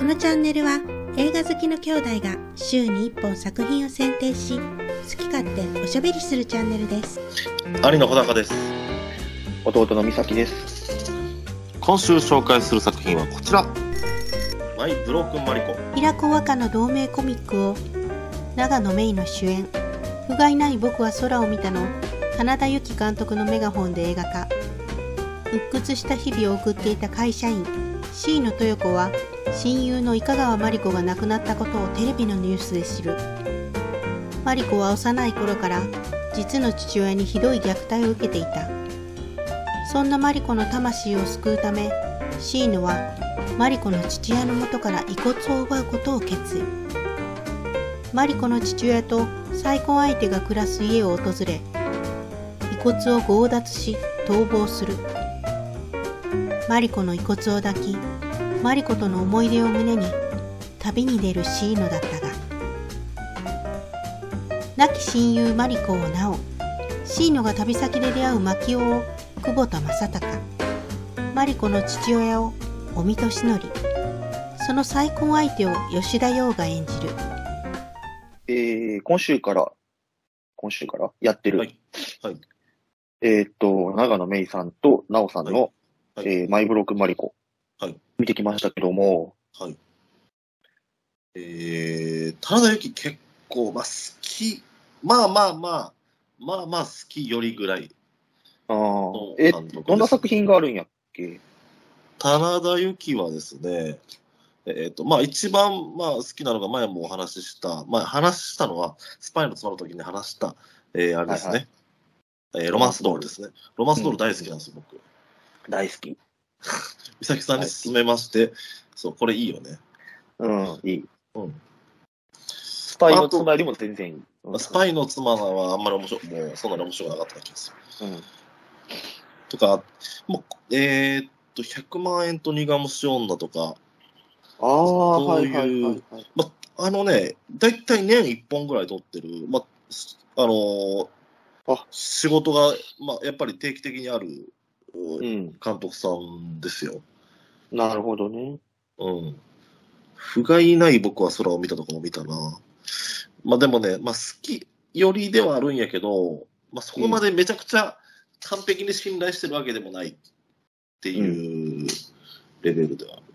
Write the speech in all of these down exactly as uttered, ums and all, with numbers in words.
このチャンネルは映画好きの兄弟が週にいっぽん作品を選定し、好き勝手おしゃべりするチャンネルです。 兄の穂高です。 弟の美咲です。 今週紹介する作品はこちら、マイ・ブロークン・マリコ。 平子和歌の同名コミックを永野芽郁の主演、不甲斐ない僕は空を見たの花田由紀監督のメガホンで映画化。鬱屈した日々を送っていた会社員 C の豊子は、親友の伊香川真理子が亡くなったことをテレビのニュースで知る。真理子は幼い頃から実の父親にひどい虐待を受けていた。そんな真理子の魂を救うため、 C のは真理子の父親の元から遺骨を奪うことを決意。真理子の父親と再婚相手が暮らす家を訪れ、遺骨を強奪し逃亡する。真理子の遺骨を抱き、真理子との思い出を胸に旅に出るシーノだったが、亡き親友真理子をなお、シーノが旅先で出会う牧雄を久保田正孝、真理子の父親を尾身俊則、その再婚相手を吉田羊が演じる。 えー、今週から、今週からやってる。 はい。はい。 えーっと、長野芽郁さんと奈緒さんの、 はいはい、 えー、マイブロークンマリコ。 はい。 見てきましたけども。 はい。えー、田由紀結構、まあ好き、まあまあまあ、まあまあ好きよりぐらい。 ああ。え、どんな作品があるんやっけ？ 棚田由紀はですね、えっと、まあ一番、まあ好きなのが前もお話しした、まあ話したのは、スパイの妻の時に話した、えー、あれですね、はいはい、えー、ロマンスドールですね。ロマンスドール大好きなんですよ、うん、僕。 大好き。 美咲さんに勧めまして、そう、これいいよね。 うん、いい。 うん。 スパイの妻よりも全然いい。 うん、スパイの妻はあんまり面白い、もうそんなに面白くなかった気がする。うん。とか、もう、えー、っと、ひゃくまんえんと苦虫女とか、 ああ、 そういう、はいはいはいはい、ま、あのね、だいたい年いっぽんぐらい撮ってる、ま、あのー、あ仕事が、ま、やっぱり定期的にある、うん、監督さんですよ。 なるほどね。 うん。不甲斐ない僕は空を見たとこも見たな。まあでもね、まあ好きよりではあるんやけど、まあそこまでめちゃくちゃ完璧に信頼してるわけでもないっていうレベルではある。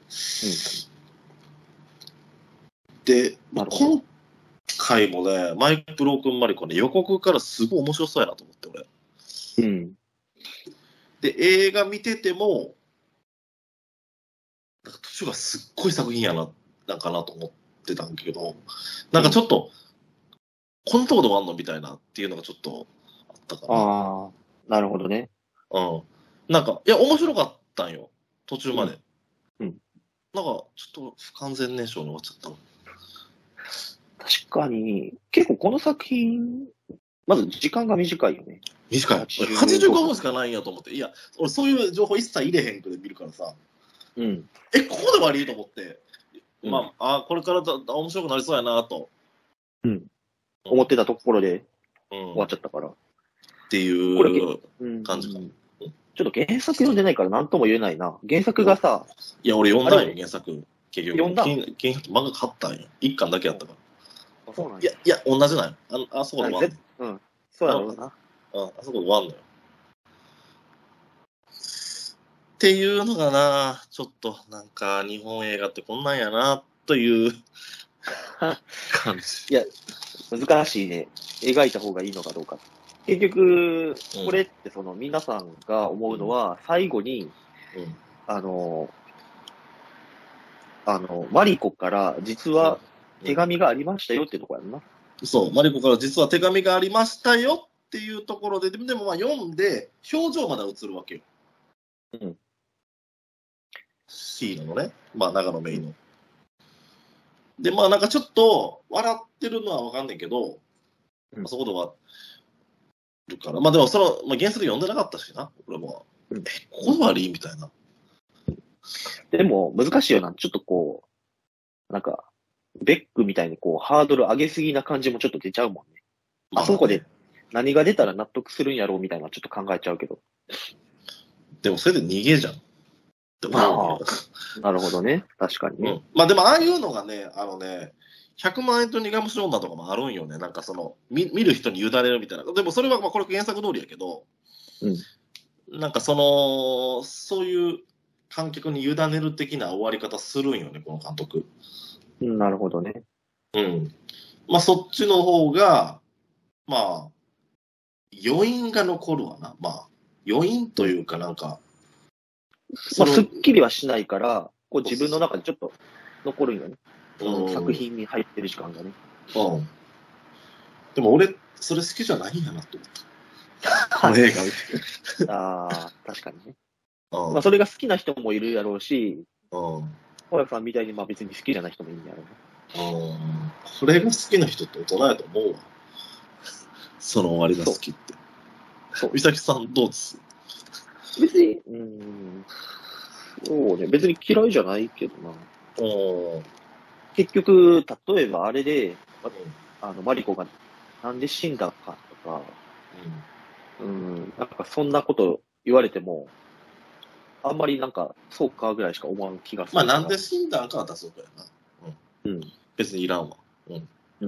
うん、で、まあ、今回もね、マイク・ブロークン・マリコね、予告からすごい面白そうやなと思って、俺。うん。で、映画見てても、なんか途中がすっごい作品やな、なんかなと思ってたんだけど、なんかちょっと、うん、こんなとこで終わんのみたいなっていうのがちょっとあったかな。 ああ、なるほどね。 うん。なんか、いや、面白かったんよ、途中まで。うん。うん、なんか、ちょっと不完全燃焼に終わっちゃったの。 確かに、結構この作品、まず時間が短いよね。 短い。はちじゅうごふんしかないんやと思って。いや、俺そういう情報一切入れへんくで見るからさ。うん。え、ここで終わりと思って。うん、まあ、あ、これからだ面白くなりそうやなと。 うん。思ってたところで、終わっちゃったから。 っていう感じか。 ちょっと原作読んでないから何とも言えないな。原作がさ。 いや、俺読んだんよ、原作。結局。 読んだ原作漫画買ったんよ。一巻だけやったから。 そうなんいや、いや、同じなんよ。あ、あそこで終わんの。 うん。そうやろうな。 うん、あそこで終わんのよ。っていうのがな、ちょっとなんか日本映画ってこんなんやな、という感じ。 いや、難しいね。描いた方がいいのかどうか。結局、これってその皆さんが思うのは、最後に、うん、あの、あの、マリコから実は手紙がありましたよってとこやんな。 そう、マリコから実は手紙がありましたよっていうところで、でもまあ読んで、表情まで映るわけよ。うん。C のね、まあ長野メインの。で、まあなんかちょっと笑ってるのはわかんないけど、うん、まあ、そこではるから。まあでもその、まあ、原作読んでなかったしな、俺も。うん、え、ここで悪いみたいな。 でも難しいよな。ちょっとこう、なんか、ベックみたいにこう、ハードル上げすぎな感じもちょっと出ちゃうもんね。まあ、あそこで何が出たら納得するんやろうみたいなちょっと考えちゃうけど。 でもそれで逃げじゃん。 て思うよ。 なるほどね。確かにね。 うん、まあでもああいうのがね、あのね、ひゃくまんえんと苦虫女とかもあるんよね。なんかその、見, 見る人に委ねるみたいな。でもそれはまあこれ原作通りやけど、 うん。 なんかその、そういう観客に委ねる的な終わり方するんよね、この監督。 うん、なるほどね。 うん。まあそっちの方が、まあ、余韻が残るわな。まあ、余韻というかなんか、 まあ、すっきりはしないから、こう自分の中でちょっと残るんよね。そのうん作品に入ってる時間がね。 うん。でも俺、それ好きじゃないんやなと思った。この映画見て。 ああ、確かにね。 うんまあ、それが好きな人もいるやろうし、 うん小山さんみたいにまあ別に好きじゃない人もいるんやろうね。 うん。これが好きな人って大人やと思うわ。その終わりが好きって。 そう。 美咲さんどうです？ 別に、うーん、そうね、別に嫌いじゃないけどな。 うん。 結局、例えばあれで、あの、マリコがなんで死んだかとか、うん、なんかそんなこと言われても、あんまりなんか、そうかぐらいしか思わん気がする。 まあなんで死んだんかは出そうかやな。 うん。 別にいらんわ。うん。 うん。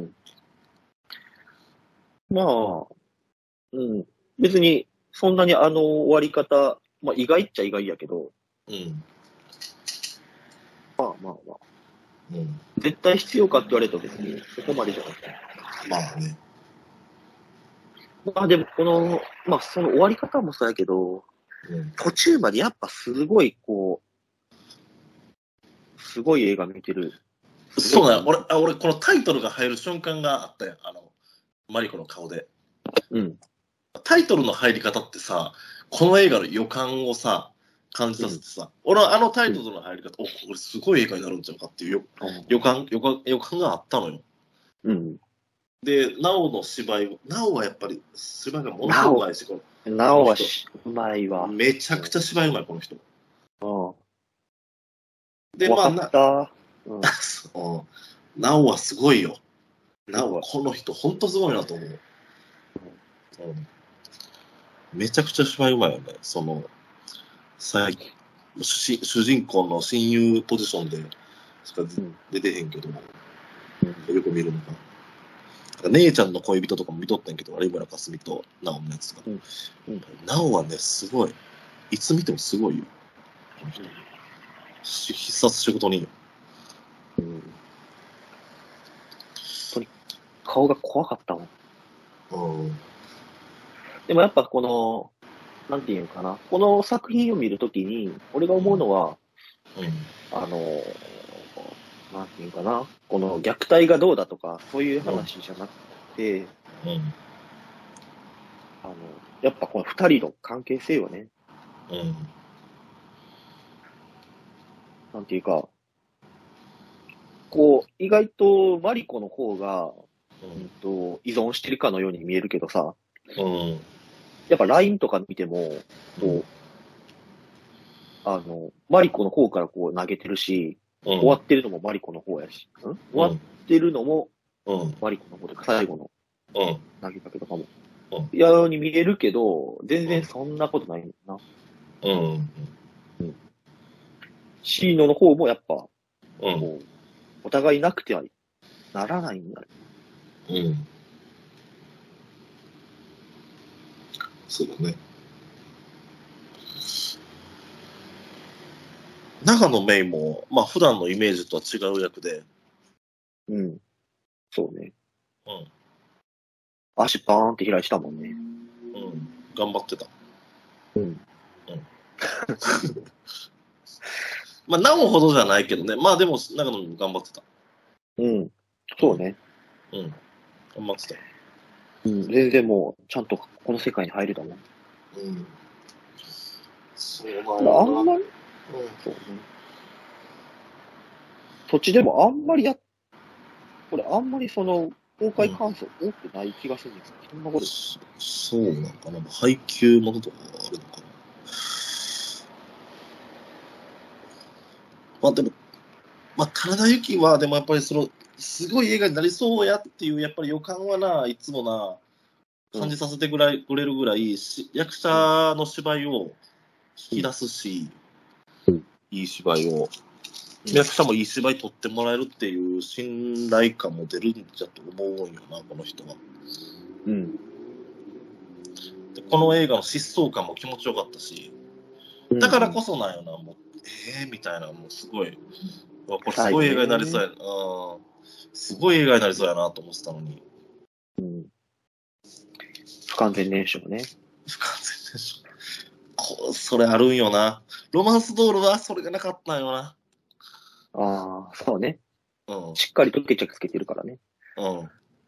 まあ、うん。別に、そんなにあの終わり方、まあ意外っちゃ意外やけど、 うん。 まあまあまあ。 うん。 絶対必要かって言われると別に、そこまでじゃなくて。 まあね。 まあでも、この、まあその終わり方もそうやけど、 うん。 途中までやっぱすごいこう、すごい映画見てる。 そうだよ。俺、あ俺、このタイトルが入る瞬間があったやん。あの、マリコの顔で。 うん。 タイトルの入り方ってさ、この映画の予感をさ、感じさせてさ、うん、俺はあのタイトルの入り方、うん、お、これすごい映画になるんちゃうかっていうよ、うん、予感、予感、予感があったのよ。 うん。 で、ナオの芝居、ナオはやっぱり芝居がものすごくうまいし、このナオはうまいわ。 めちゃくちゃ芝居うまい、この人。 うん。 で、まあ、な、 うん、 ナオはすごいよ。ナオはこの人、ほんとすごいなと思う。うん、めちゃくちゃ芝居うまいよね。その、最主主人公の親友ポジションでしか出てへんけど、うん、よく見るのが。姉ちゃんの恋人とかも見とったんけど、有村架純とナオのやつが。うんうん、ナオはね、すごい。いつ見てもすごいよ。この人。必殺仕事人よ。うん。 顔が怖かったもん。 うん。 でもやっぱこの、なんていうのかな。この作品を見るときに、俺が思うのは、うん、あの、なんていうかな。この虐待がどうだとか、そういう話じゃなくて、うん、あの、やっぱこの二人の関係性よね。うん。なんていうか、こう、意外とマリコの方が、うんと、依存してるかのように見えるけどさ、うん、やっぱ ライン とか見ても、こう、うん、あの、マリコの方からこう投げてるし、うん、終わってるのもマリコの方やし、うん、終わってるのも、マリコの方というか最後の投げかけとかも、うん、やように見えるけど、全然そんなことないんだな。うん。うん。シーノの方もやっぱ、うん、こうお互いなくてはならないんだ。 うん。そうだね。長野メイも、まあ普段のイメージとは違う役で。 うん。そうね。うん。足バーンって開いしたもんね。 うん。頑張ってた。うん。うん。まあ、なおほどじゃないけどね。まあでも、長野も頑張ってた。 うん。そうね。 うん。頑張ってた。 うん。全然もう、ちゃんとこの世界に入れたもん。うん。そうなんだ。あんまり、うん、そうね。土地でもあんまりや、これあんまりその、公開感想多くない気がするんですけど、そんなこと。 そうなのかな。配給ものとかあるのかな。まあでも、まあ、体行きは、でもやっぱりその、すごい映画になりそうやっていう、やっぱり予感はな、いつもな、感じさせてくれるぐらい、役者の芝居を引き出すし、うん、 いい芝居を、役者もいい芝居撮ってもらえるっていう信頼感も出るんじゃと思うんよな、この人は。 うん。 でこの映画の疾走感も気持ちよかったし、だからこそなんよな、もう、えーみたいな、もうすごい、これすごい映画になりそうやな、あすごい映画になりそうやなと思ってたのに。 うん。不完全燃焼ね。 不完全燃焼。こそれあるんよな。ロマンスドールはそれがなかったんよな。 ああ、そうね。 うん。 しっかりと決着つけてるからね。 うん。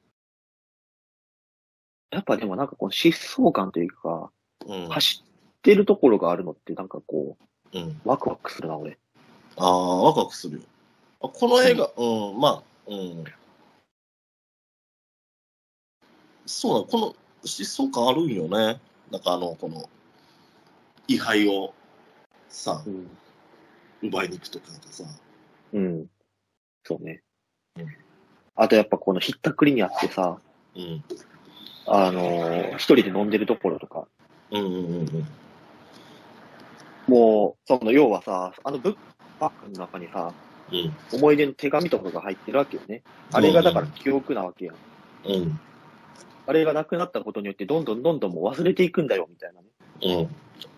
やっぱでもなんかこの疾走感というか、 うん、 走ってるところがあるのってなんかこう、うん、 ワクワクするな、俺。 ああ、ワクワクするよ。あこの映画、うん、うん、まあ、うん。そうだ、この疾走感あるんよね。なんかあの、この、位牌をさ、うん、奪いに行くとかさ。 うん。そうね。うん、あとやっぱこのひったくりにあってさ、うん、あのー、一人で飲んでるところとか。 うんうんうんうん。 もう、その要はさ、あのブックパックの中にさ、うん、思い出の手紙とかが入ってるわけよね。あれがだから記憶なわけやん。うん。あれがなくなったことによって、どんどんどんどんもう忘れていくんだよ、みたいなね。 うん。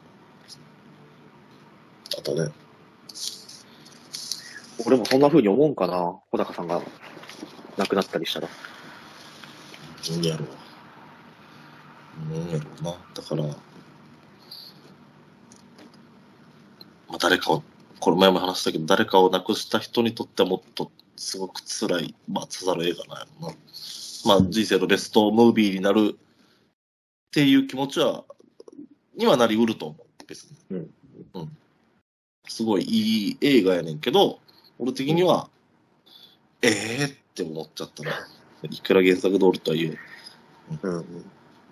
あとね。 俺もそんな風に思うんかな、小高さんが亡くなったりしたら。 なんやろう。なんやろうな。だから、まあ、誰かを、これ前も話したけど、誰かを亡くした人にとってはもっとすごく辛い、まあ、刺さる映画なんやろな。まあ、人生のベストムービーになるっていう気持ちは、にはなりうると思う、別に。うん。うん。すごいいい映画やねんけど、俺的には、うん、ええー、って思っちゃったな。いくら原作通りとはいえ。 うん。うん、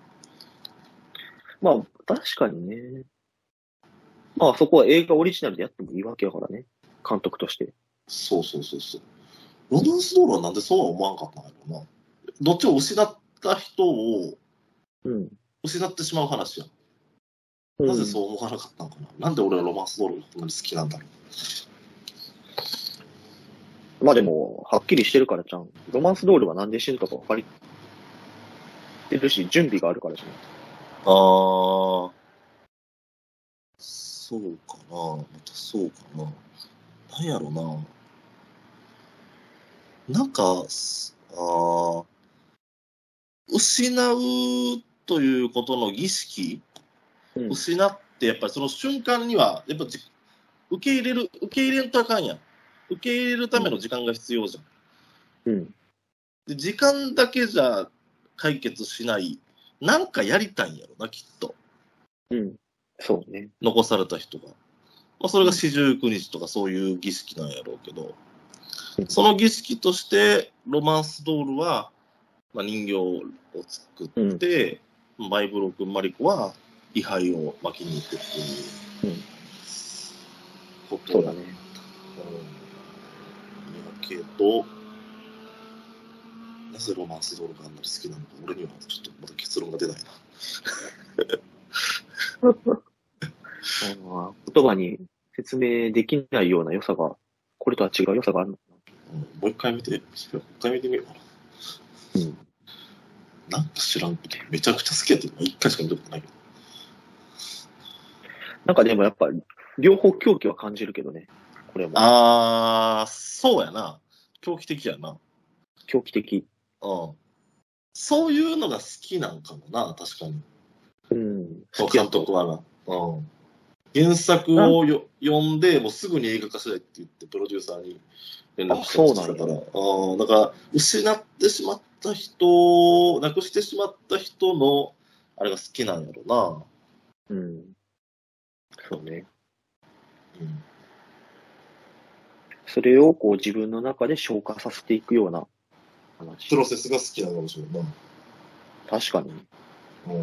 まあ、確かにね。まあ、そこは映画オリジナルでやってもいいわけやからね。監督として。 そうそうそうそう。ロマンスドールはなんでそうは思わんかったんやろな。どっちを失った人を、失ってしまう話やん。うん、なぜそう思わなかったのかな。なんで俺はロマンスドールがこんなに好きなんだろう。まあでも、はっきりしてるからじゃん。ロマンスドールはなんで死ぬか分かりてるし、準備があるからじゃん。 ああ。そうかな。またそうかな。なんやろな。なんか、あ失うということの儀式、うん、失ってやっぱりその瞬間にはやっぱ受け入れる受け入れんとあかんやん。受け入れるための時間が必要じゃん。うん、で時間だけじゃ解決しない。なんかやりたいんやろな、きっと。 うん、そうね。 残された人が。まあ、それが四十九日とかそういう儀式なんやろうけど、うん、その儀式としてロマンスドールは、まあ、人形を作って、うん、マイブロ君マリコは位牌を巻きに行くっていうことだね。うん、やけど、なぜロマンスドールがあんなに好きなのか、俺にはちょっとまだ結論が出ないな。 言葉に説明できないような良さが、これとは違う良さがあるのかな。うん、もう一回見て、もう一回見てみようかな。うん。なんか知らんけど、めちゃくちゃ好きやってるの一回しか見たことないけど。 なんかでもやっぱ、両方狂気は感じるけどね、これも。 あー、そうやな。狂気的やな。 狂気的。 うん。そういうのが好きなんかもな、確かに。 うん。 監督はな。うん。原作をよ読んで、もうすぐに映画化したいって言って、プロデューサーに連絡してたから。ああ、だから、失ってしまった人、亡くしてしまった人の、あれが好きなんやろな。 うん。そうね。うん。それをこう自分の中で消化させていくような話。 プロセスが好きなのかもしれないな。 確かに。うん。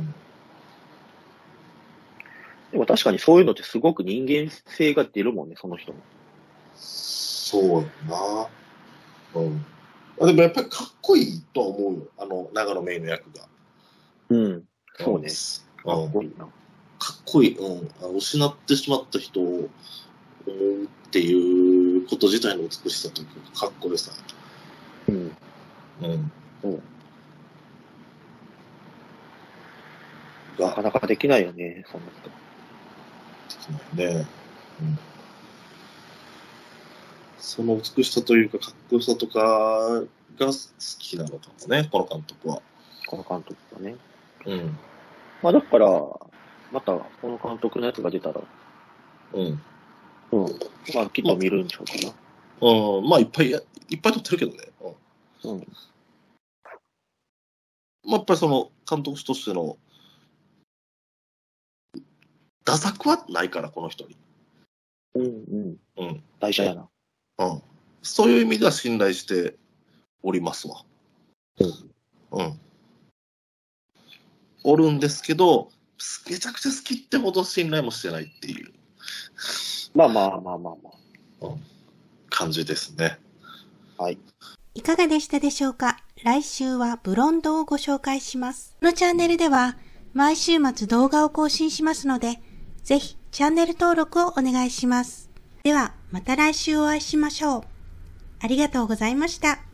でも確かにそういうのってすごく人間性が出るもんね、その人の。 そうやな。うん。でもやっぱりかっこいいとは思うよ。あの、長野メイの役が。 うん。そうね。かっこいいな。 かっこいい。うん。あの失ってしまった人を思うっていうこと自体の美しさというか、かっこよさ。 うん。 うん。 うんなかなかできないよね、そんな人。 できないね。うん。その美しさというか、かっこよさとかが好きなのかもね、この監督は。 この監督はね。 うん。 まあだから、またこの監督のやつが出たら、 うん。 うん。まあきっと見るんちゃうかな。 うん、まあいっぱいや、いっぱい撮ってるけどね。うん。 うん。 まあやっぱりその監督としての、打作はないから、この人に。 うんうん。 うん。 大事やな。 うん。そういう意味では信頼しておりますわ。 うん。 うん。おるんですけど、めちゃくちゃ好きってほど信頼もしてないっていう。 まあまあまあまあまうん、感じですね。 あ。はい。 いかがでしたでしょうか？来週はブロンドをご紹介します。このチャンネルでは毎週末動画を更新しますので、ぜひチャンネル登録をお願いします。ではまた来週お会いしましょう。ありがとうございました。